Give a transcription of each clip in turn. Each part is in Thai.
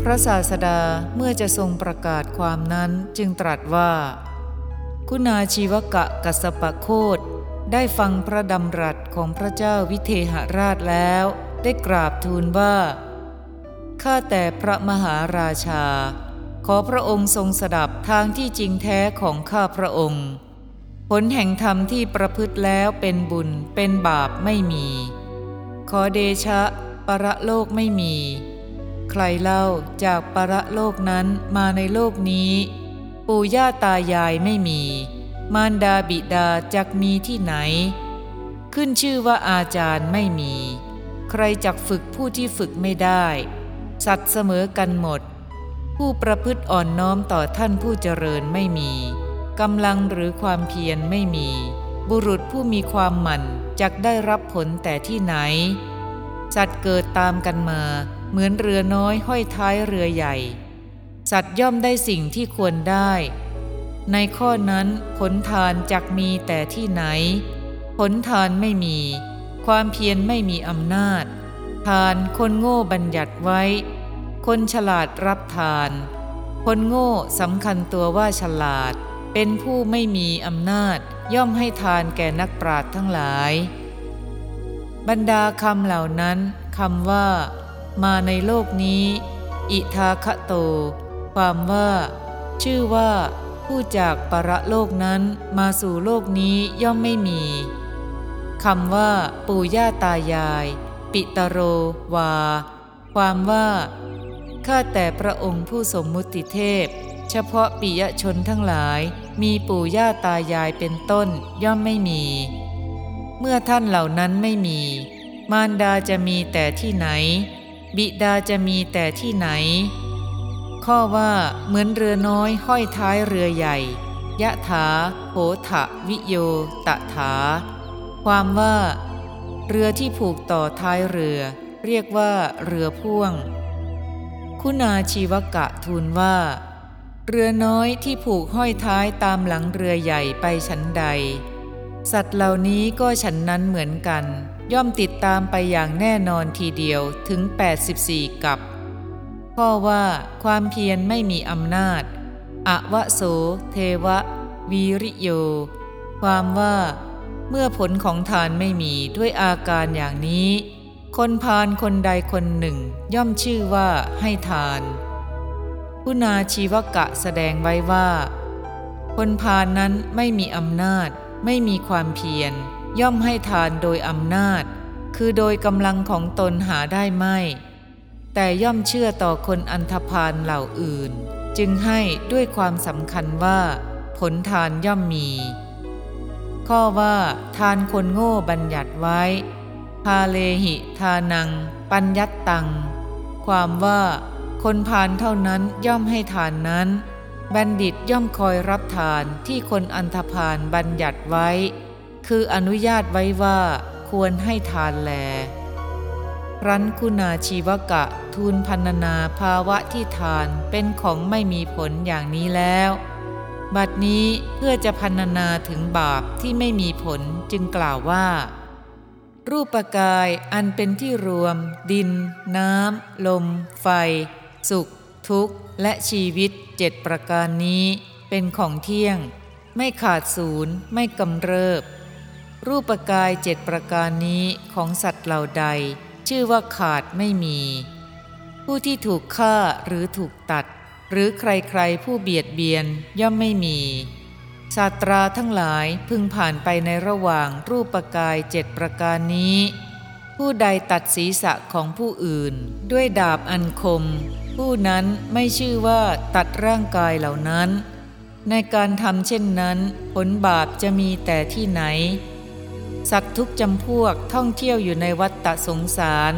ระศาสดาเมื่อจะทรงประกาศความนั้นจึงตรัสว่าคุณาชีวกะกัสสปโคตได้ฟังพระดำรัสของพระเจ้าวิเทหราชแล้วได้กราบทูลว่าข้าแต่พระมหาราชาขอพระองค์ทรงสดับทางที่จริงแท้ของข้าพระองค์ผลแห่งธรรมที่ประพฤติแล้วเป็นบุญเป็นบาปไม่มีขอเดชะปรโลกไม่มีใครเล่าจากปรโลกนั้นมาในโลกนี้ปู่ย่าตายายไม่มีมารดาบิดาจักมีที่ไหนขึ้นชื่อว่าอาจารย์ไม่มีใครจักฝึกผู้ที่ฝึกไม่ได้สัตว์เสมอกันหมดผู้ประพฤติอ่อนน้อมต่อท่านผู้เจริญไม่มีกำลังหรือความเพียรไม่มีบุรุษผู้มีความหมั่นจักได้รับผลแต่ที่ไหนสัตว์เกิดตามกันมาเหมือนเรือน้อยห้อยท้ายเรือใหญ่สัตว์ย่อมได้สิ่งที่ควรได้ในข้อนั้นผลทานจักมีแต่ที่ไหนผลทานไม่มีความเพียรไม่มีอำนาจทานคนโง่บัญญัติไว้คนฉลาดรับทานคนโง่สำคัญตัวว่าฉลาดเป็นผู้ไม่มีอำนาจย่อมให้ทานแก่นักปราชญ์ทั้งหลายบรรดาคำเหล่านั้นคำว่ามาในโลกนี้อิทาคะโตความว่าชื่อว่าผู้จากปรโลกนั้นมาสู่โลกนี้ย่อมไม่มีคำว่าปู่ย่าตายายปิตโรวาความว่าข้าแต่พระองค์ผู้สมมุติเทพเฉพาะปิยชนทั้งหลายมีปู่ย่าตายายเป็นต้นย่อมไม่มีเมื่อท่านเหล่านั้นไม่มีมารดาจะมีแต่ที่ไหนบิดาจะมีแต่ที่ไหนข้อว่าเหมือนเรือน้อยห้อยท้ายเรือใหญ่ยะถาโหทะวิโยตถาความว่าเรือที่ผูกต่อท้ายเรือเรียกว่าเรือพ่วงคุณาชีวกะทูลว่าเรือน้อยที่ผูกห้อยท้ายตามหลังเรือใหญ่ไปฉันใดสัตว์เหล่านี้ก็ฉันนั้นเหมือนกันย่อมติดตามไปอย่างแน่นอนทีเดียวถึง84กัปข้อว่าความเพียรไม่มีอำนาจอวโสเทวะวีริโยความว่าเมื่อผลของทานไม่มีด้วยอาการอย่างนี้คนพาลคนใดคนหนึ่งย่อมชื่อว่าให้ทานคุณาชีวกะแสดงไว้ว่าคนพาลนั้นไม่มีอำนาจไม่มีความเพียรย่อมให้ทานโดยอำนาจคือโดยกำลังของตนหาได้ไม่แต่ย่อมเชื่อต่อคนอันธพาลเหล่าอื่นจึงให้ด้วยความสำคัญว่าผลทานย่อมมีข้อว่าทานคนโง่บัญญัติไว้พาเลหิทานังปัญญัตตังความว่าคนพาลเท่านั้นย่อมให้ทานนั้นบัณฑิตย่อมคอยรับทานที่คนอันธพาลบัญญัติไว้คืออนุญาตไว้ว่าควรให้ทานแลครั้นคุณาชีวกะทูลพรรณนาภาวะที่ทานเป็นของไม่มีผลอย่างนี้แล้วบัดนี้เพื่อจะพรรณนาถึงบาปที่ไม่มีผลจึงกล่าวว่ารูปกายอันเป็นที่รวมดินน้ำลมไฟสุขทุกข์และชีวิต7ประการนี้เป็นของเที่ยงไม่ขาดศูนย์ไม่กำเริบรูปกาย7ประการนี้ของสัตว์เหล่าใดชื่อว่าขาดไม่มีผู้ที่ถูกฆ่าหรือถูกตัดหรือใครๆผู้เบียดเบียนย่อมไม่มีศาสตราทั้งหลายพึงผ่านไปในระหว่างรูปกาย7ประการนี้ผู้ใดตัดศีรษะของผู้อื่นด้วยดาบอันคมผู้นั้นไม่ชื่อว่าตัดร่างกายเหล่านั้นในการทำเช่นนั้นผลบาปจะมีแต่ที่ไหนสัตว์ทุกจำพวกท่องเที่ยวอยู่ในวัฏฏสงสาร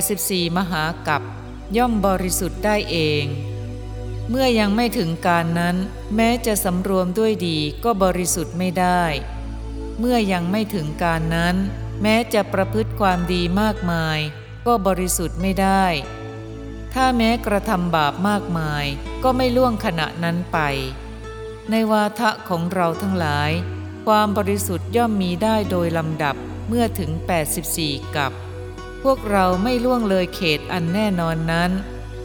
84มหากัปย่อมบริสุทธิ์ได้เองเมื่อยังไม่ถึงการนั้นแม้จะสำรวมด้วยดีก็บริสุทธิ์ไม่ได้เมื่อยังไม่ถึงการนั้นแม้จะประพฤติความดีมากมายก็บริสุทธิ์ไม่ได้ถ้าแม้กระทำบาปมากมายก็ไม่ล่วงขณะนั้นไปในวาทะของเราทั้งหลายความบริสุทธิ์ย่อมมีได้โดยลำดับเมื่อถึง84กัปพวกเราไม่ล่วงเลยเขตอันแน่นอนนั้น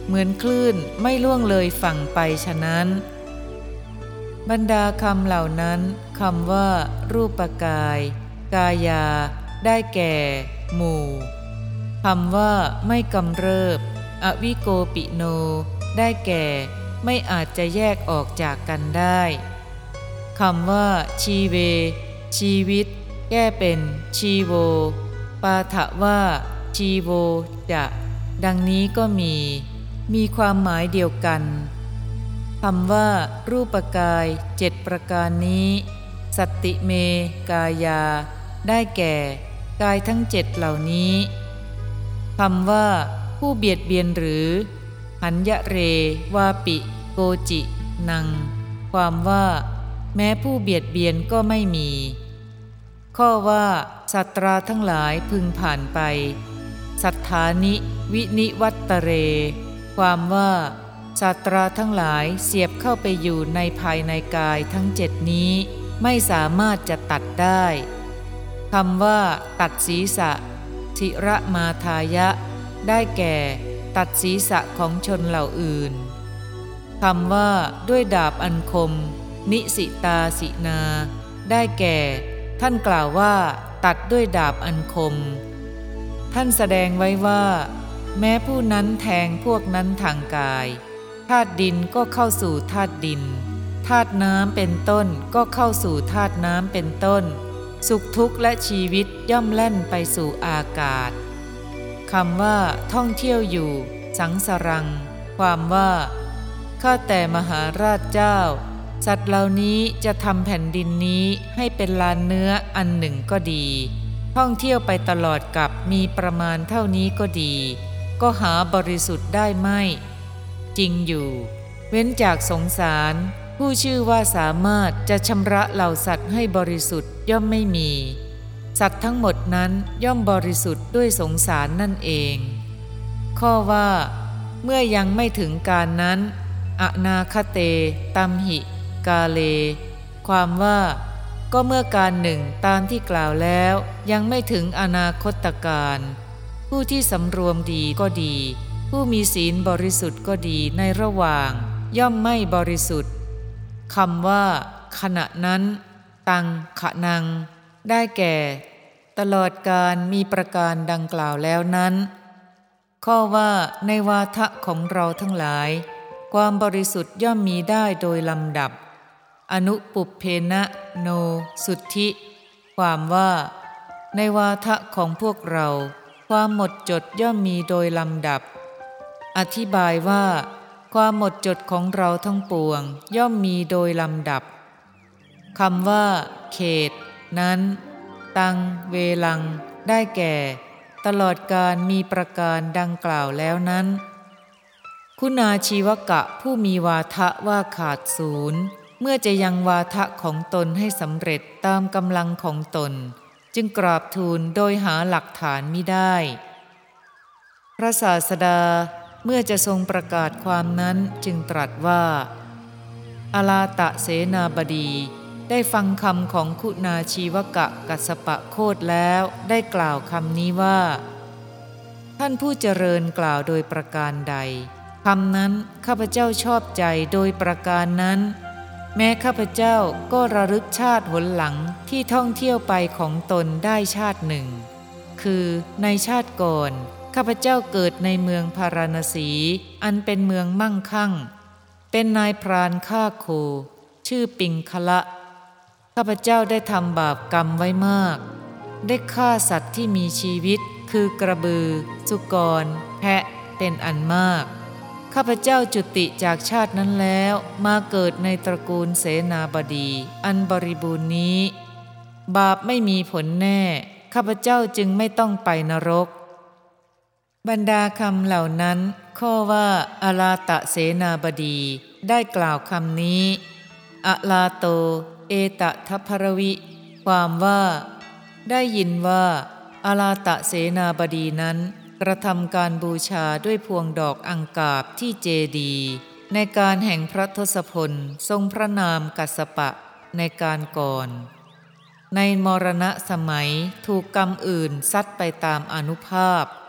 เหมือนคลื่นไม่ล่วงเลยฝั่งไปฉะนั้นบรรดาคำเหล่านั้นคำว่ารูปกายกายาได้แก่หมู่คำว่าไม่กำเริบอวิโกปิโนได้แก่ไม่อาจจะแยกออกจากกันได้คำว่าชีเวชีวิตแก้เป็นชีโวปาฐะว่าชีโวจะดังนี้ก็มีความหมายเดียวกันคำว่ารูปกาย7ประการนี้สัตติเมกายาได้แก่กายทั้ง7เหล่านี้คำว่าผู้เบียดเบียนหรือหัญญะเรวาปิโกจินังความว่าแม้ผู้เบียดเบียนก็ไม่มีข้อว่าสัตราทั้งหลายพึงผ่านไปสัทธานิวินิวัตเรความว่าสัตราทั้งหลายเสียบเข้าไปอยู่ในภายในกายทั้ง7นี้ไม่สามารถจะตัดได้คำว่าตัดศีรษะธิระมาทายะได้แก่ตัดศีรษะของชนเหล่าอื่นคำว่าด้วยดาบอันคมนิสิตาสินาได้แก่ท่านกล่าวว่าตัดด้วยดาบอันคมท่านแสดงไว้ว่าแม้ผู้นั้นแทงพวกนั้นทางกายธาตุดินก็เข้าสู่ธาตุดินธาตุน้ำเป็นต้นก็เข้าสู่ธาตุน้ำเป็นต้นสุขทุกข์และชีวิตย่อมแล่นไปสู่อากาศคำว่าท่องเที่ยวอยู่สังสรังความว่าข้าแต่มหาราชเจ้าสัตว์เหล่านี้จะทำแผ่นดินนี้ให้เป็นลานเนื้ออันหนึ่งก็ดีท่องเที่ยวไปตลอดกับมีประมาณเท่านี้ก็ดีก็หาบริสุทธิ์ได้ไม่จริงอยู่เว้นจากสงสารผู้ชื่อว่าสามารถจะชำระเหล่าสัตว์ให้บริสุทธิ์ย่อมไม่มีสัตว์ทั้งหมดนั้นย่อมบริสุทธิ์ด้วยสงสารนั่นเองข้อว่าเมื่อยังไม่ถึงการนั้นอนาคเตตัมหิกาเลความว่าก็เมื่อการหนึ่งตามที่กล่าวแล้วยังไม่ถึงอนาคตการผู้ที่สำรวมดีก็ดีผู้มีศีลบริสุทธิ์ก็ดีในระหว่างย่อมไม่บริสุทธิ์คำว่าขณะนั้นตังขะนังได้แก่ตลอดการมีประการดังกล่าวแล้วนั้นข้อว่าในวาทะของเราทั้งหลายความบริสุทธิ์ย่อมมีได้โดยลำดับอนุปุพเพนะโนสุทธิความว่าในวาทะของพวกเราความหมดจดย่อมมีโดยลำดับอธิบายว่าความหมดจดของเราทั้งปวงย่อมมีโดยลำดับคำว่าเขตนั้นตังเวลังได้แก่ตลอดการมีประการดังกล่าวแล้วนั้นคุณาชีวกะผู้มีวาทะว่าขาดศูนย์เมื่อจะยังวาทะของตนให้สำเร็จตามกำลังของตนจึงกราบทูลโดยหาหลักฐานมิได้พระศาสดาเมื่อจะทรงประกาศความนั้นจึงตรัสว่าอลาตะเสนาบดีได้ฟังคำของคุณาชีวกะกัสสปะโคตแล้วได้กล่าวคำนี้ว่าท่านผู้เจริญกล่าวโดยประการใดคำนั้นข้าพเจ้าชอบใจโดยประการนั้นแม้ข้าพเจ้าก็ระลึกชาติหนหลังที่ท่องเที่ยวไปของตนได้ชาติหนึ่งคือในชาติก่อนข้าพเจ้าเกิดในเมืองพาราณสีอันเป็นเมืองมั่งคั่งเป็นนายพรานฆ่าโคชื่อปิงคละข้าพเจ้าได้ทำบาปกรรมไว้มากได้ฆ่าสัตว์ที่มีชีวิตคือกระบือสุกรแพะเป็นอันมากข้าพเจ้าจุติจากชาตินั้นแล้วมาเกิดในตระกูลเสนาบดีอันบริบูรณ์นี้บาปไม่มีผลแน่ข้าพเจ้าจึงไม่ต้องไปนรกบรรดาคำเหล่านั้นข้อว่าอลาตะเสนาบดีได้กล่าวคำนี้อลาโตเอตทัพพรวิความว่าได้ยินว่าอลาตะเสนาบดีนั้นกระทำการบูชาด้วยพวงดอกอังกาบที่เจดีย์ในการแห่งพระทศพลทรงพระนามกัสสปะในการก่อนในมรณะสมัยถูกกรรมอื่นซัดไปตามอานุภาพ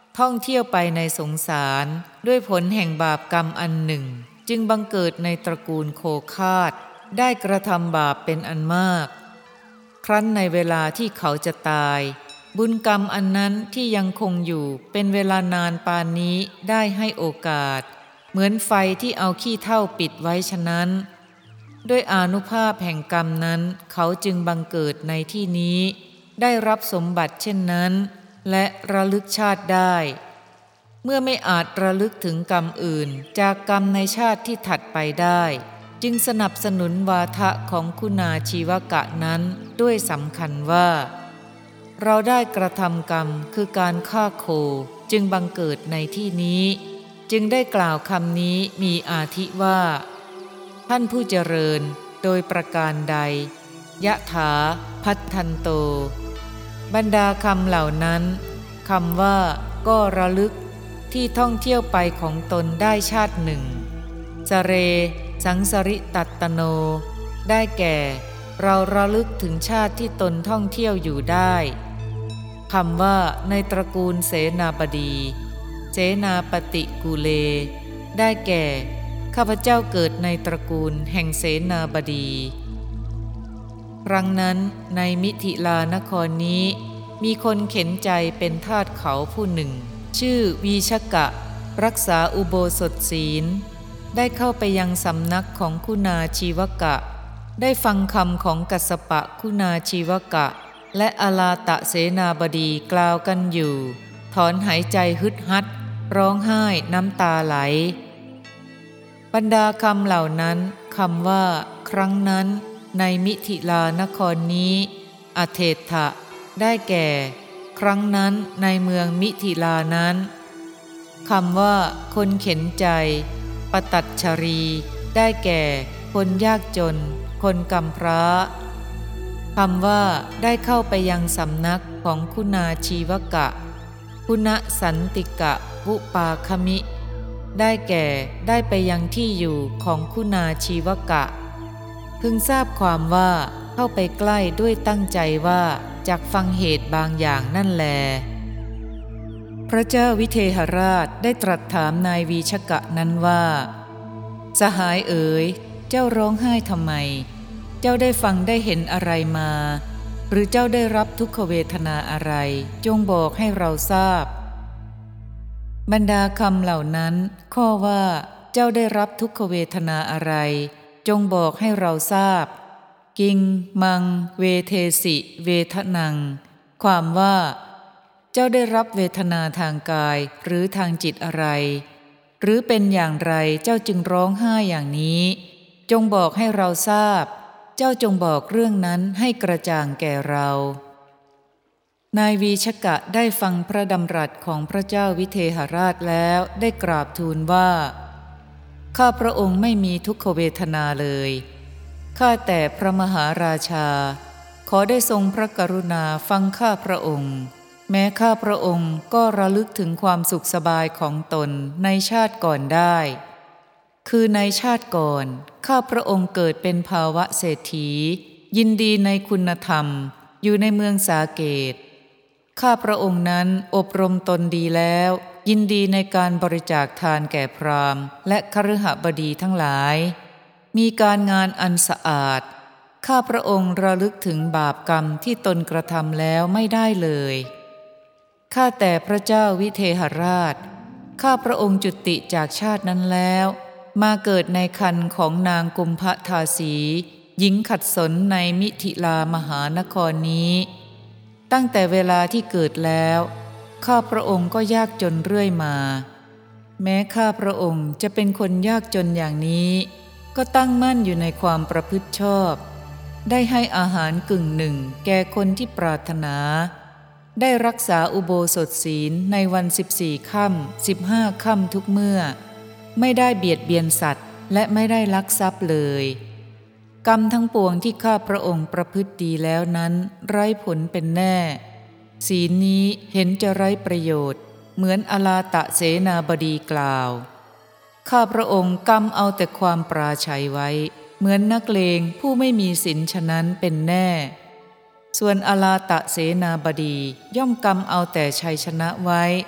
ท่องเที่ยวไปในสงสารด้วยผลแห่งบาปกรรมอันหนึ่งจึงบังเกิดในตระกูลโคคาตได้กระทำบาปเป็นอันมากครั้นในเวลาที่เขาจะตายบุญกรรมอันนั้นที่ยังคงอยู่เป็นเวลานานปานนี้ได้ให้โอกาสเหมือนไฟที่เอาขี้เถ้าปิดไว้ฉะนั้นด้วยอานุภาพแห่งกรรมนั้นเขาจึงบังเกิดในที่นี้ได้รับสมบัติเช่นนั้นและระลึกชาติได้เมื่อไม่อาจระลึกถึงกรรมอื่นจากกรรมในชาติที่ถัดไปได้จึงสนับสนุนวาทะของคุณาชีวกะนั้นด้วยสำคัญว่าเราได้กระทำกรรมคือการฆ่าโคจึงบังเกิดในที่นี้จึงได้กล่าวคำนี้มีอาทิว่าท่านผู้เจริญโดยประการใดยะถาพัทธันโตบรรดาคำเหล่านั้นคำว่าก็ระลึกที่ท่องเที่ยวไปของตนได้ชาติหนึ่งสเรสังสริตัตตโนได้แก่เราระลึกถึงชาติที่ตนท่องเที่ยวอยู่ได้คำว่าในตระกูลเสนาบดีเสนาปฏิกูเลได้แก่ข้าพเจ้าเกิดในตระกูลแห่งเสนาบดีครั้งนั้นในมิถิลานครนี้มีคนเข็นใจเป็นทาสเขาผู้หนึ่งชื่อวีชกะรักษาอุโบสถศีลได้เข้าไปยังสำนักของคุณาชีวกะได้ฟังคำของกัสสปะคุณาชีวกะและอลาตะเสนาบดีกล่าวกันอยู่ถอนหายใจฮึดฮัดร้องไห้น้ำตาไหลบรรดาคำเหล่านั้นคำว่าครั้งนั้นในมิถิลานครนี้อเทถะได้แก่ครั้งนั้นในเมืองมิถิลานั้นคำว่าคนเข็นใจปตัจฉรีได้แก่คนยากจนคนกำพร้าคำว่าได้เข้าไปยังสำนักของคุณาชีวกะคุณสันติกะวุปาคมิได้แก่ได้ไปยังที่อยู่ของคุณาชีวกะพึงทราบความว่าเข้าไปใกล้ด้วยตั้งใจว่าจักฟังเหตุบางอย่างนั่นแลพระเจ้าวิเทหราชได้ตรัสถามนายวีชกะนั้นว่าสหายเอ๋ยเจ้าร้องไห้ทำไมเจ้าได้ฟังได้เห็นอะไรมาหรือเจ้าได้รับทุกขเวทนาอะไรจงบอกให้เราทราบบรรดาคำเหล่านั้นข้อว่าเจ้าได้รับทุกขเวทนาอะไรจงบอกให้เราทราบกิงมังเวเทสิเวทนังความว่าเจ้าได้รับเวทนาทางกายหรือทางจิตอะไรหรือเป็นอย่างไรเจ้าจึงร้องไห้อย่างนี้จงบอกให้เราทราบเจ้าจงบอกเรื่องนั้นให้กระจ่างแก่เรานายวีชกะได้ฟังพระดำรัสของพระเจ้าวิเทหราชแล้วได้กราบทูลว่าข้าพระองค์ไม่มีทุกขเวทนาเลยข้าแต่พระมหาราชาขอได้ทรงพระกรุณาฟังข้าพระองค์แม้ข้าพระองค์ก็ระลึกถึงความสุขสบายของตนในชาติก่อนได้คือในชาติก่อนข้าพระองค์เกิดเป็นภาวะเศรษฐียินดีในคุณธรรมอยู่ในเมืองสาเกตข้าพระองค์นั้นอบรมตนดีแล้วยินดีในการบริจาคทานแก่พราหมณ์และคฤหบดีทั้งหลายมีการงานอันสะอาดข้าพระองค์ระลึกถึงบาปกรรมที่ตนกระทำแล้วไม่ได้เลยข้าแต่พระเจ้าวิเทหราชข้าพระองค์จุติจากชาตินั้นแล้วมาเกิดในครรภ์ของนางกุมภทาสีหญิงขัดสนในมิถิลามหานครนี้ตั้งแต่เวลาที่เกิดแล้วข้าพระองค์ก็ยากจนเรื่อยมาแม้ข้าพระองค์จะเป็นคนยากจนอย่างนี้ก็ตั้งมั่นอยู่ในความประพฤติชอบได้ให้อาหารกึ่งหนึ่งแก่คนที่ปรารถนาได้รักษาอุโบสถศีลในวัน14 ค่ำ15 ค่ำทุกเมื่อไม่ได้เบียดเบียนสัตว์และไม่ได้ลักทรัพย์เลยกรรมทั้งปวงที่ข้าพระองค์ประพฤติดีแล้วนั้นไร้ผลเป็นแน่ศีลนี้เห็นจะไร้ประโยชน์เหมือนอลาตะเสนาบดีกล่าวข้าพระองค์กำเอาแต่ความปราชัยไว้เหมือนนักเลงผู้ไม่มีศีลฉะนั้นเป็นแน่ส่วนอลาตะเสนาบดีย่อมกำเอาแต่ชัยชนะไว้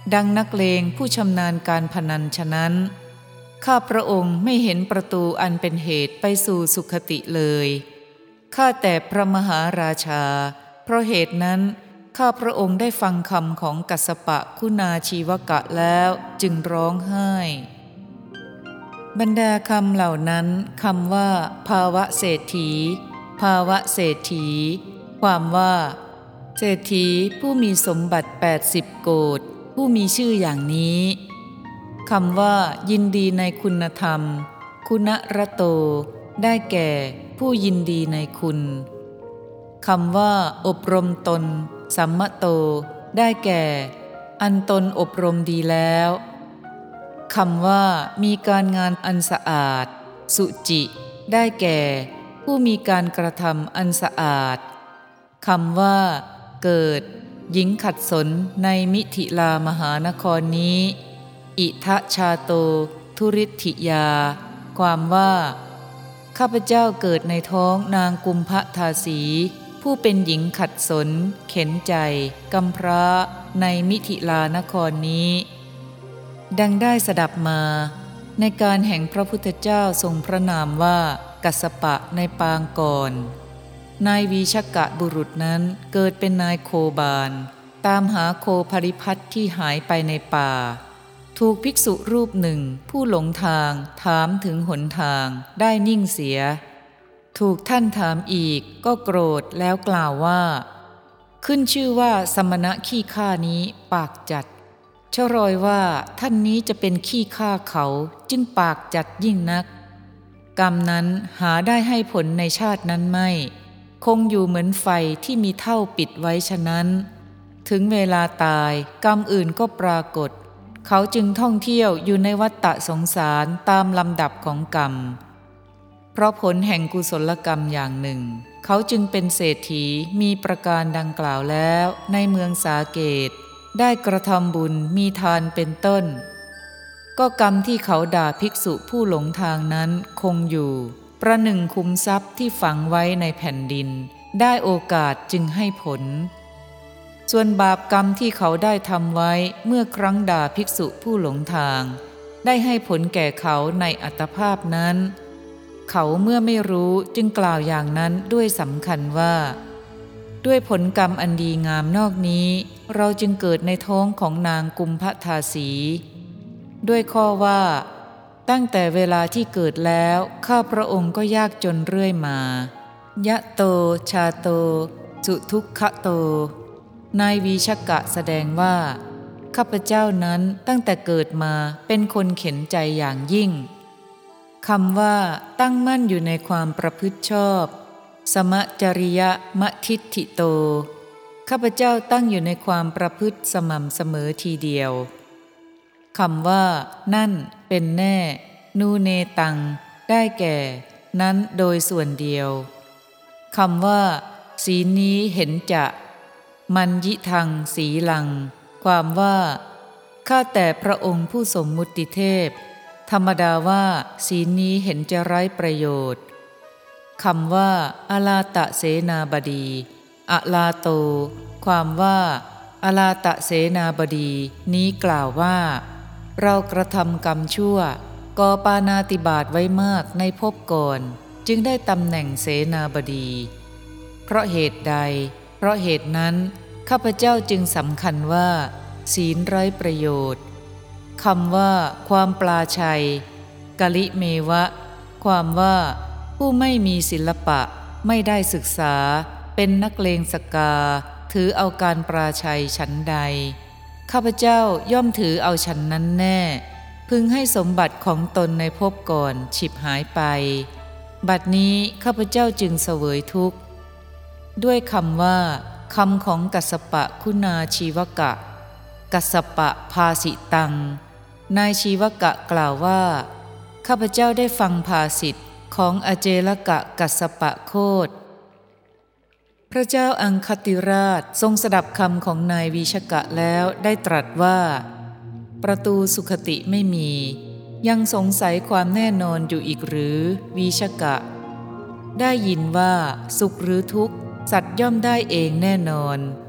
ดังนักเลงผู้ชำนาญการพนันฉะนั้นข้าพระองค์ไม่เห็นประตูอันเป็นเหตุไปสู่สุคติเลยข้าแต่พระมหาราชาเพราะเหตุนั้นข้าพระองค์ได้ฟังคำของกัสสปะคุณาชีวกะแล้วจึงร้องไห้บรรดาคำเหล่านั้นคำว่าภาวะเศรษฐีภาวะเศรษฐีความว่าเศรษฐีผู้มีสมบัติ80โกฏผู้มีชื่ออย่างนี้คำว่ายินดีในคุณธรรมคุณระโตได้แก่ผู้ยินดีในคุณคำว่าอบรมตนสัมมโตได้แก่อันตนอบรมดีแล้วคำว่ามีการงานอันสะอาดสุจิได้แก่ผู้มีการกระทำอันสะอาดคำว่าเกิดหญิงขัดสนในมิถิลามหานครนี้อิทะชาโตทุริธิยาความว่าข้าพเจ้าเกิดในท้องนางกุมภทาสีผู้เป็นหญิงขัดสนเข็นใจกำพร้าในมิถิลานครนี้ดังได้สดับมาในการแห่งพระพุทธเจ้าทรงพระนามว่ากัสสปะในปางก่อนนายวีชกะบุรุษนั้นเกิดเป็นนายโคบาลตามหาโคภริพัทที่หายไปในป่าถูกภิกษุรูปหนึ่งผู้หลงทางถามถึงหนทางได้นิ่งเสียถูกท่านถามอีกก็โกรธแล้วกล่าวว่าขึ้นชื่อว่าสมณะขี้ข้านี้ปากจัดชรอยว่าท่านนี้จะเป็นขี้ข้าเขาจึงปากจัดยิ่งนักกรรมนั้นหาได้ให้ผลในชาตินั้นไม่คงอยู่เหมือนไฟที่มีเท่าปิดไว้ฉะนั้นถึงเวลาตายกรรมอื่นก็ปรากฏเขาจึงท่องเที่ยวอยู่ในวัฏฏะสงสารตามลำดับของกรรมเพราะผลแห่งกุศลกรรมอย่างหนึ่งเขาจึงเป็นเศรษฐีมีประการดังกล่าวแล้วในเมืองสาเกตได้กระทำบุญมีทานเป็นต้นก็กรรมที่เขาด่าภิกษุผู้หลงทางนั้นคงอยู่ประหนึ่งคุมทรัพย์ที่ฝังไว้ในแผ่นดินได้โอกาสจึงให้ผลส่วนบาปกรรมที่เขาได้ทำไว้เมื่อครั้งด่าภิกษุผู้หลงทางได้ให้ผลแก่เขาในอัตภาพนั้นเขาเมื่อไม่รู้จึงกล่าวอย่างนั้นด้วยสำคัญว่าด้วยผลกรรมอันดีงามนอกนี้เราจึงเกิดในท้องของนางกุมภทาสีด้วยข้อว่าตั้งแต่เวลาที่เกิดแล้วข้าพระองค์ก็ยากจนเรื่อยมายะโตชาโตสุทุกขโตนายวีชกะแสดงว่าข้าพเจ้านั้นตั้งแต่เกิดมาเป็นคนเข็นใจอย่างยิ่งคำว่าตั้งมั่นอยู่ในความประพฤติชอบสมจริยมทิฏฐิโตข้าพเจ้าตั้งอยู่ในความประพฤติสม่ำเสมอทีเดียวคำว่านั่นเป็นแน่นูเนตังได้แก่นั้นโดยส่วนเดียวคำว่าสีนี้เห็นจะมันยิทังสีลังความว่าข้าแต่พระองค์ผู้สมมุติเทพธรรมดาว่าศีลนี้เห็นจะไร้ประโยชน์คำว่าอลาตะเสนาบดีอลาโตความว่าอลาตะเสนาบดีนี้กล่าวว่าเรากระทำกรรมชั่วก่อปาณาติบาตไว้มากในภพก่อนจึงได้ตำแหน่งเสนาบดีเพราะเหตุใดเพราะเหตุนั้นข้าพเจ้าจึงสำคัญว่าศีลไร้ประโยชน์คำว่าความปลาชัยกะลิเมวะความว่าผู้ไม่มีศิลปะไม่ได้ศึกษาเป็นนักเลงสกาถือเอาการปราชัยฉันใดข้าพเจ้าย่อมถือเอาฉันนั้นแน่พึงให้สมบัติของตนในภพก่อนฉิบหายไปบัดนี้ข้าพเจ้าจึงเสวยทุกข์ด้วยคำว่าคำของกัสสปะคุณาชีวกะกัสสปะภาสิตังนายชีวกะกล่าวว่าข้าพเจ้าได้ฟังภาสิทธิ์ของอเจลกะกัสสปะโคตพระเจ้าอังคติราชทรงสดับคำของนายวีชกะแล้วได้ตรัสว่าประตูสุคติไม่มียังสงสัยความแน่นอนอยู่อีกหรือวีชกะได้ยินว่าสุขหรือทุกข์สัตว์ย่อมได้เองแน่นอน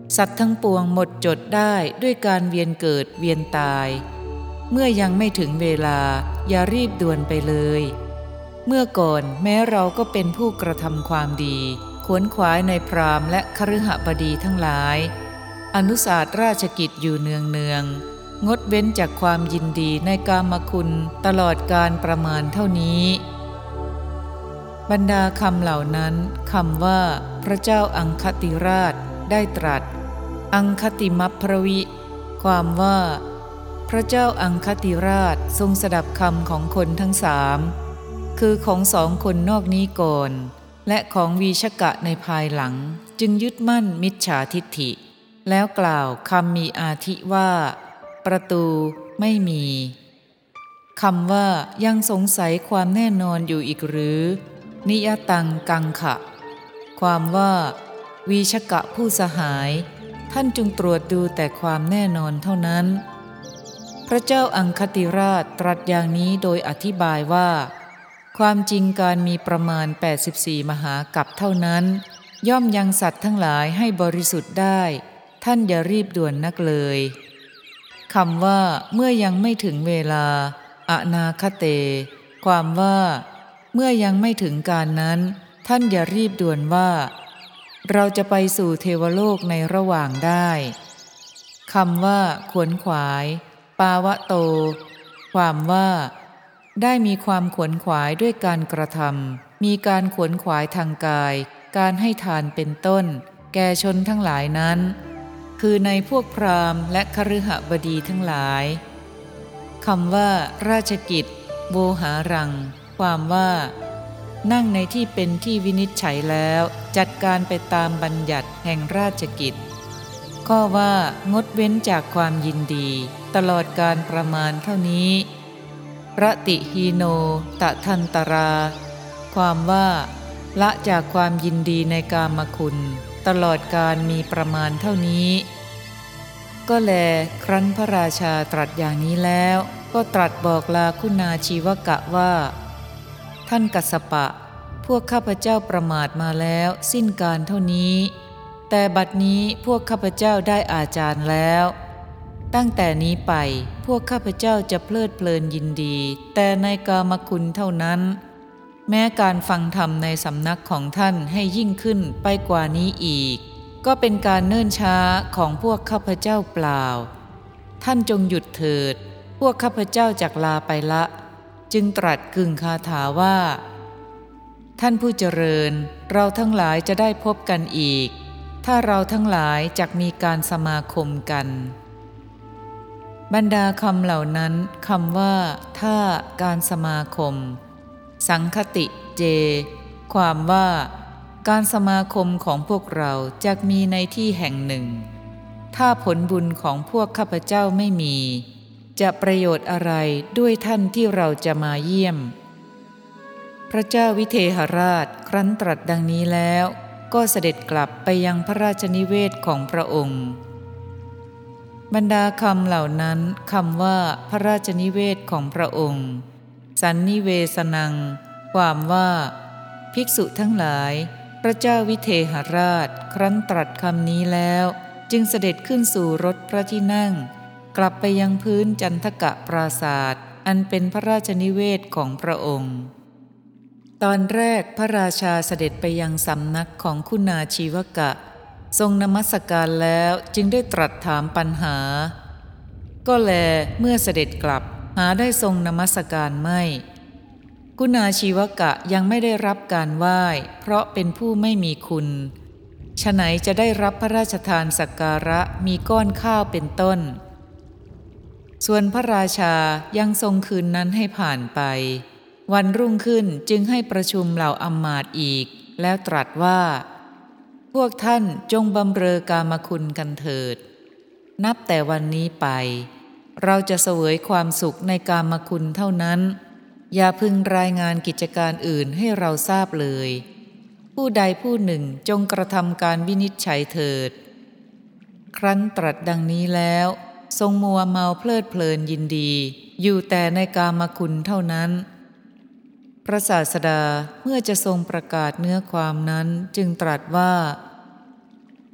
สัตว์ทั้งปวงหมดจดได้ด้วยการเวียนเกิดเวียนตายเมื่อยังไม่ถึงเวลาอย่ารีบด่วนไปเลยเมื่อก่อนแม้เราก็เป็นผู้กระทำความดีขวนขวายในพราหมณ์และคฤหบดีทั้งหลายอนุสาสราชกิจอยู่เนืองงดเว้นจากความยินดีในกามคุณตลอดการประมาณเท่านี้บรรดาคำเหล่านั้นคำว่าพระเจ้าอังคติราชได้ตรัสอังคติมัพพรวิความว่าพระเจ้าอังคติราชทรงสดับคำของคนทั้งสามคือของสองคนนอกนี้ก่อนและของวีชกะในภายหลังจึงยึดมั่นมิจฉาทิฏฐิแล้วกล่าวคำมีอาทิว่าประตูไม่มีคำว่ายังสงสัยความแน่นอนอยู่อีกหรือนิยตังกังขะความว่าวีชกะผู้สหายท่านจงตรวจดูแต่ความแน่นอนเท่านั้นพระเจ้าอังคติราชตรัสอย่างนี้โดยอธิบายว่าความจริงการมีประมาณ84มหากัปเท่านั้นย่อมยังสัตว์ทั้งหลายให้บริสุทธิ์ได้ท่านอย่ารีบด่วนนักเลยคำว่าเมื่อยังไม่ถึงเวลาอนาคเตความว่าเมื่อยังไม่ถึงการนั้นท่านอย่ารีบด่วนว่าเราจะไปสู่เทวโลกในระหว่างได้คำว่าขวนขวายปาวะโตความว่าได้มีความขวนขวายด้วยการกระทำมีการขวนขวายทางกายการให้ทานเป็นต้นแก่ชนทั้งหลายนั้นคือในพวกพราหมณ์และคฤหบดีทั้งหลายคำว่าราชกิจโวหารังความว่านั่งในที่เป็นที่วินิจฉัยแล้วจัดการไปตามบัญญัติแห่งราชกิจข้อว่างดเว้นจากความยินดีตลอดการประมาณเท่านี้รติฮีโนตะทันตราความว่าละจากความยินดีในกามคุณตลอดการมีประมาณเท่านี้ก็แลครั้นพระราชาตรัสอย่างนี้แล้วก็ตรัสบอกลาคุณาชีวกะว่าท่านกัสสปะพวกข้าพเจ้าประมาทมาแล้วสิ้นการเท่านี้แต่บัดนี้พวกข้าพเจ้าได้อาจารย์แล้วตั้งแต่นี้ไปพวกข้าพเจ้าจะเพลิดเพลินยินดีแต่ในกามคุณเท่านั้นแม้การฟังธรรมในสำนักของท่านให้ยิ่งขึ้นไปกว่านี้อีกก็เป็นการเนิ่นช้าของพวกข้าพเจ้าเปล่าท่านจงหยุดเถิดพวกข้าพเจ้าจักลาไปละจึงตรัสกึ่งคาถาว่าท่านผู้เจริญเราทั้งหลายจะได้พบกันอีกถ้าเราทั้งหลายจักมีการสมาคมกันบรรดาคำเหล่านั้นคำว่าถ้าการสมาคมสังคติเจความว่าการสมาคมของพวกเราจักมีในที่แห่งหนึ่งถ้าผลบุญของพวกข้าพเจ้าไม่มีจะประโยชน์อะไรด้วยท่านที่เราจะมาเยี่ยมพระเจ้าวิเทหราชครั้นตรัสดังนี้แล้วก็เสด็จกลับไปยังพระราชนิเวศของพระองค์บรรดาคำเหล่านั้นคำว่าพระราชนิเวศของพระองค์สันนิเวสนังความว่าภิกษุทั้งหลายพระเจ้าวิเทหราชครั้นตรัสคำนี้แล้วจึงเสด็จขึ้นสู่รถพระที่นั่งกลับไปยังพื้นจันทกะปราศาสตร์อันเป็นพระราชนิเวศของพระองค์ตอนแรกพระราชาเสด็จไปยังสำนักของคุณาชีวกะทรงนมัสการแล้วจึงได้ตรัสถามปัญหาก็แลเมื่อเสด็จกลับหาได้ทรงนมัสการไม่คุณาชีวกะยังไม่ได้รับการไหว้เพราะเป็นผู้ไม่มีคุณฉะไหนจะได้รับพระราชทานสักการะมีก้อนข้าวเป็นต้นส่วนพระราชายังทรงคืนนั้นให้ผ่านไปวันรุ่งขึ้นจึงให้ประชุมเหล่าอำมาตย์อีกแล้วตรัสว่าพวกท่านจงบำเรอกามคุณกันเถิดนับแต่วันนี้ไปเราจะเสวยความสุขในกามคุณเท่านั้นอย่าพึงรายงานกิจการอื่นให้เราทราบเลยผู้ใดผู้หนึ่งจงกระทำการวินิจฉัยเถิดครั้นตรัสดังนี้แล้วทรงมัวเมาเพลิดเพลินยินดีอยู่แต่ในกามคุณเท่านั้นพระศาสดาเมื่อจะทรงประกาศเนื้อความนั้นจึงตรัสว่า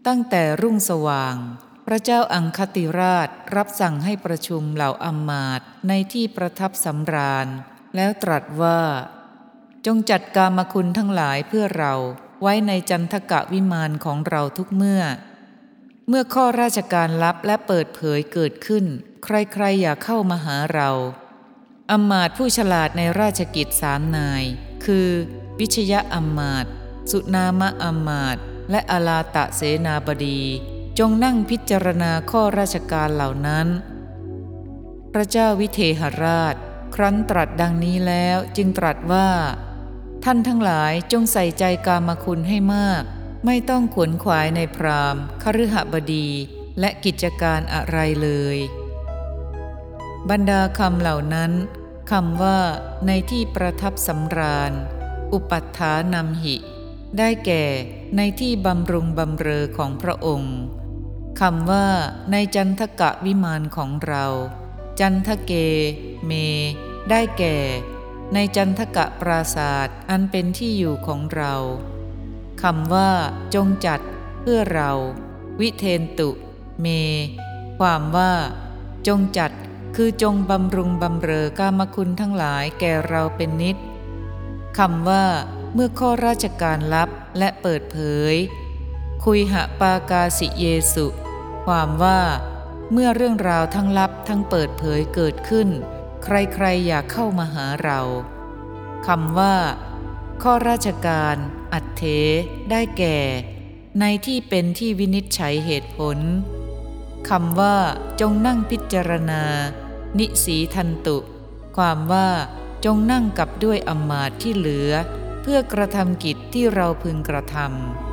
ตั้งแต่รุ่งสว่างพระเจ้าอังคติราชรับสั่งให้ประชุมเหล่าอำมาตย์ในที่ประทับสำราญแล้วตรัสว่าจงจัดกามคุณทั้งหลายเพื่อเราไว้ในจันทกะวิมานของเราทุกเมื่อข้อราชการลับและเปิดเผยเกิดขึ้นใครๆอย่าเข้ามาหาเราอำมาตย์ผู้ฉลาดในราชกิจ3 นายคือวิชยอำมาตย์สุนามะอำมาตย์และอลาตะเสนาบดีจงนั่งพิจารณาข้อราชการเหล่านั้นพระเจ้าวิเทหราชครั้นตรัสดังนี้แล้วจึงตรัสว่าท่านทั้งหลายจงใส่ใจกามคุณให้มากไม่ต้องขวนขวายในพราหมณ์คฤหบดีและกิจการอะไรเลยบรรดาคำเหล่านั้นคำว่าในที่ประทับสำราญอุปัฏฐานัมหิได้แก่ในที่บำรุงบำเรอของพระองค์คำว่าในจันทกะวิมานของเราจันทเกเมได้แก่ในจันทกะปราศาสตร์อันเป็นที่อยู่ของเราคำว่าจงจัดเพื่อเราวิเทนตุเมความว่าจงจัดคือจงบำรุงบำเรอกามคุณทั้งหลายแก่เราเป็นนิจคำว่าเมื่อข้อราชการลับและเปิดเผยคุยหปากาสิเยสุความว่าเมื่อเรื่องราวทั้งลับทั้งเปิดเผยเกิดขึ้นใครๆอยากเข้ามาหาเราคำว่าข้อราชการอัตเถได้แก่ในที่เป็นที่วินิจฉัยเหตุผลคำว่าจงนั่งพิจารณานิสีทันตุความว่าจงนั่งกับด้วยอำมาตย์ที่เหลือเพื่อกระทำกิจที่เราพึงกระทำ